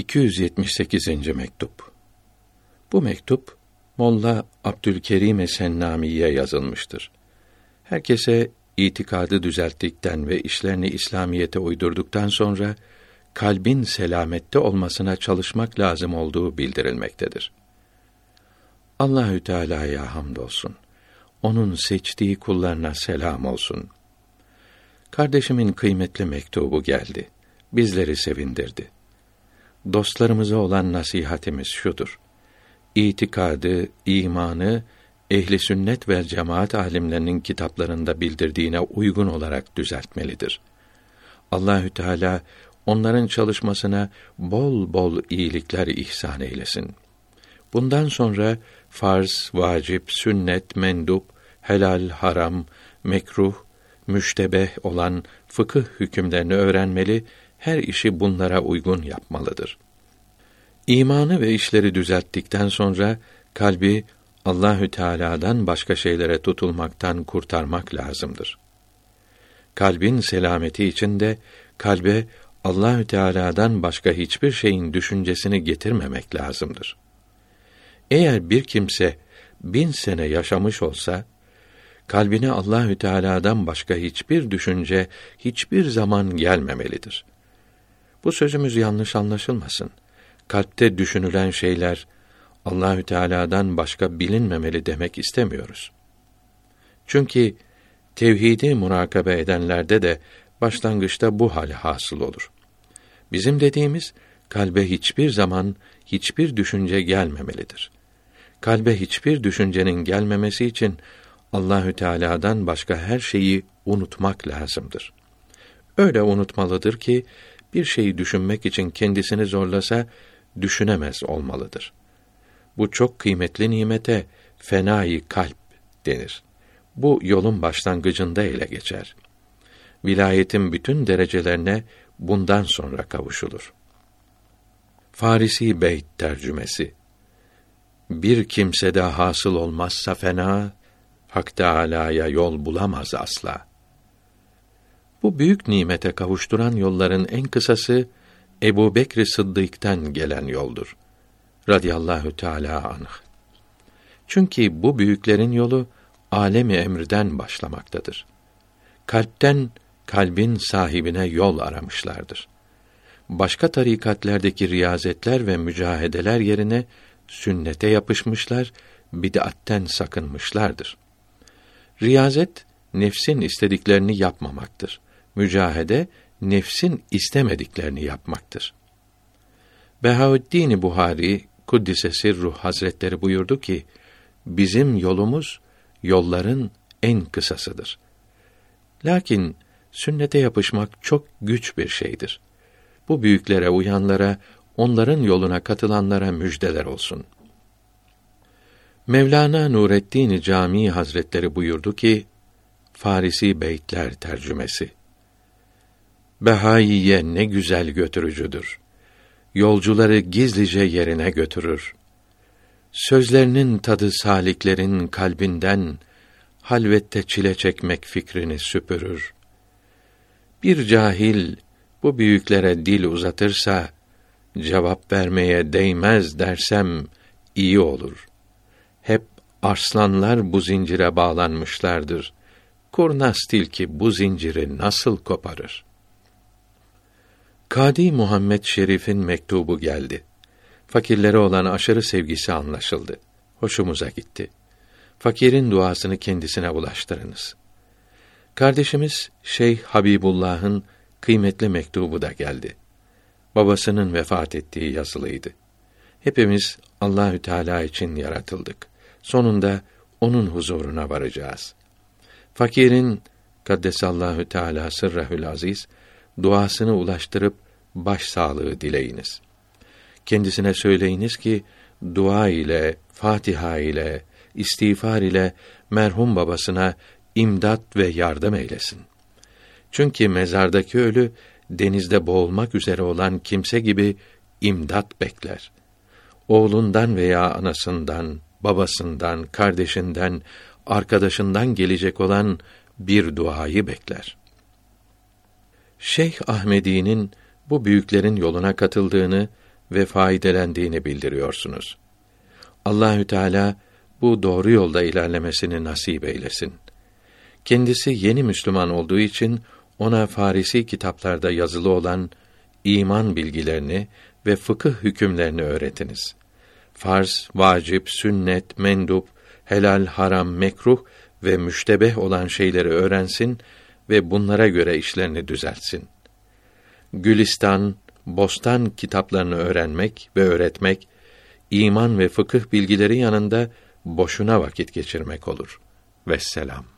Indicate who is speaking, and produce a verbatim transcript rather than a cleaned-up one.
Speaker 1: iki yüz yetmiş sekizinci mektup. Bu mektup Molla Abdülkerim Sennami'ye yazılmıştır. Herkese itikadı düzelttikten ve işlerini İslamiyete uydurduktan sonra kalbin selamette olmasına çalışmak lazım olduğu bildirilmektedir. Allahü Teala'ya hamdolsun. Onun seçtiği kullarına selam olsun. Kardeşimin kıymetli mektubu geldi. Bizleri sevindirdi. Dostlarımıza olan nasihatimiz şudur: İtikadı, imanı ehli sünnet ve cemaat alimlerinin kitaplarında bildirdiğine uygun olarak düzeltmelidir. Allahü Teala onların çalışmasına bol bol iyilikler ihsan eylesin. Bundan sonra farz, vacip, sünnet, mendup, helal, haram, mekruh, müştebeh olan fıkıh hükümlerini öğrenmeli, her işi bunlara uygun yapmalıdır. İmanı ve işleri düzelttikten sonra kalbi Allahü Teala'dan başka şeylere tutulmaktan kurtarmak lazımdır. Kalbin selameti için de kalbe Allahü Teala'dan başka hiçbir şeyin düşüncesini getirmemek lazımdır. Eğer bir kimse bin sene yaşamış olsa, kalbine Allahü Teala'dan başka hiçbir düşünce hiçbir zaman gelmemelidir. Bu sözümüz yanlış anlaşılmasın. Kalpte düşünülen şeyler Allahü Teala'dan başka bilinmemeli demek istemiyoruz. Çünkü tevhidi murakabe edenlerde de başlangıçta bu hal hasıl olur. Bizim dediğimiz kalbe hiçbir zaman hiçbir düşünce gelmemelidir. Kalbe hiçbir düşüncenin gelmemesi için Allahü Teala'dan başka her şeyi unutmak lazımdır. Öyle unutmalıdır ki bir şeyi düşünmek için kendisini zorlasa düşünemez olmalıdır. Bu çok kıymetli nimete fenâ-i kalp denir. Bu yolun başlangıcında ele geçer. Vilayetin bütün derecelerine bundan sonra kavuşulur. Farisi Beyt tercümesi. Bir kimsede hasıl olmazsa fena, Hak Teâlâ'ya yol bulamaz asla. Bu büyük nimete kavuşturan yolların en kısası Ebu Bekr Sıddık'tan gelen yoldur. Radiyallahu Teâlâ anh. Çünkü bu büyüklerin yolu alemi emrden başlamaktadır. Kalpten kalbin sahibine yol aramışlardır. Başka tarikatlerdeki riyazetler ve mücahedeler yerine sünnete yapışmışlar, bid'atten sakınmışlardır. Riyazet nefsin istediklerini yapmamaktır. Mücahede nefsin istemediklerini yapmaktır. Behaüddin Buhari Kuddise Sirruh Hazretleri buyurdu ki, bizim yolumuz yolların en kısasıdır. Lakin sünnete yapışmak çok güç bir şeydir. Bu büyüklere uyanlara, onların yoluna katılanlara müjdeler olsun. Mevlana Nureddin Camii Hazretleri buyurdu ki, Farisi Beytler tercümesi: Behaiye ne güzel götürücüdür. Yolcuları gizlice yerine götürür. Sözlerinin tadı saliklerin kalbinden, halvette çile çekmek fikrini süpürür. Bir cahil bu büyüklere dil uzatırsa, cevap vermeye değmez dersem iyi olur. Hep arslanlar bu zincire bağlanmışlardır. Kurnaz tilki bu zinciri nasıl koparır? Kadi Muhammed Şerif'in mektubu geldi. Fakirlere olan aşırı sevgisi anlaşıldı. Hoşumuza gitti. Fakirin duasını kendisine ulaştırınız. Kardeşimiz Şeyh Habibullah'ın kıymetli mektubu da geldi. Babasının vefat ettiği yazılıydı. Hepimiz Allahü Teala için yaratıldık. Sonunda onun huzuruna varacağız. Fakirin Kaddesallahu Teala sırrehül aziz duasını ulaştırıp başsağlığı dileyiniz. Kendisine söyleyiniz ki dua ile, Fatiha ile, istiğfar ile merhum babasına imdat ve yardım eylesin. Çünkü mezardaki ölü denizde boğulmak üzere olan kimse gibi imdat bekler. Oğlundan veya anasından, babasından, kardeşinden, arkadaşından gelecek olan bir duayı bekler. Şeyh Ahmedi'nin bu büyüklerin yoluna katıldığını ve faydelendiğini bildiriyorsunuz. Allahü Teala bu doğru yolda ilerlemesini nasip eylesin. Kendisi yeni Müslüman olduğu için ona Farisi kitaplarda yazılı olan iman bilgilerini ve fıkıh hükümlerini öğretiniz. Farz, vacip, sünnet, mendup, helal, haram, mekruh ve müştebeh olan şeyleri öğrensin ve bunlara göre işlerini düzeltsin. Gülistan, Bostan kitaplarını öğrenmek ve öğretmek, iman ve fıkıh bilgileri yanında boşuna vakit geçirmek olur. Vesselam.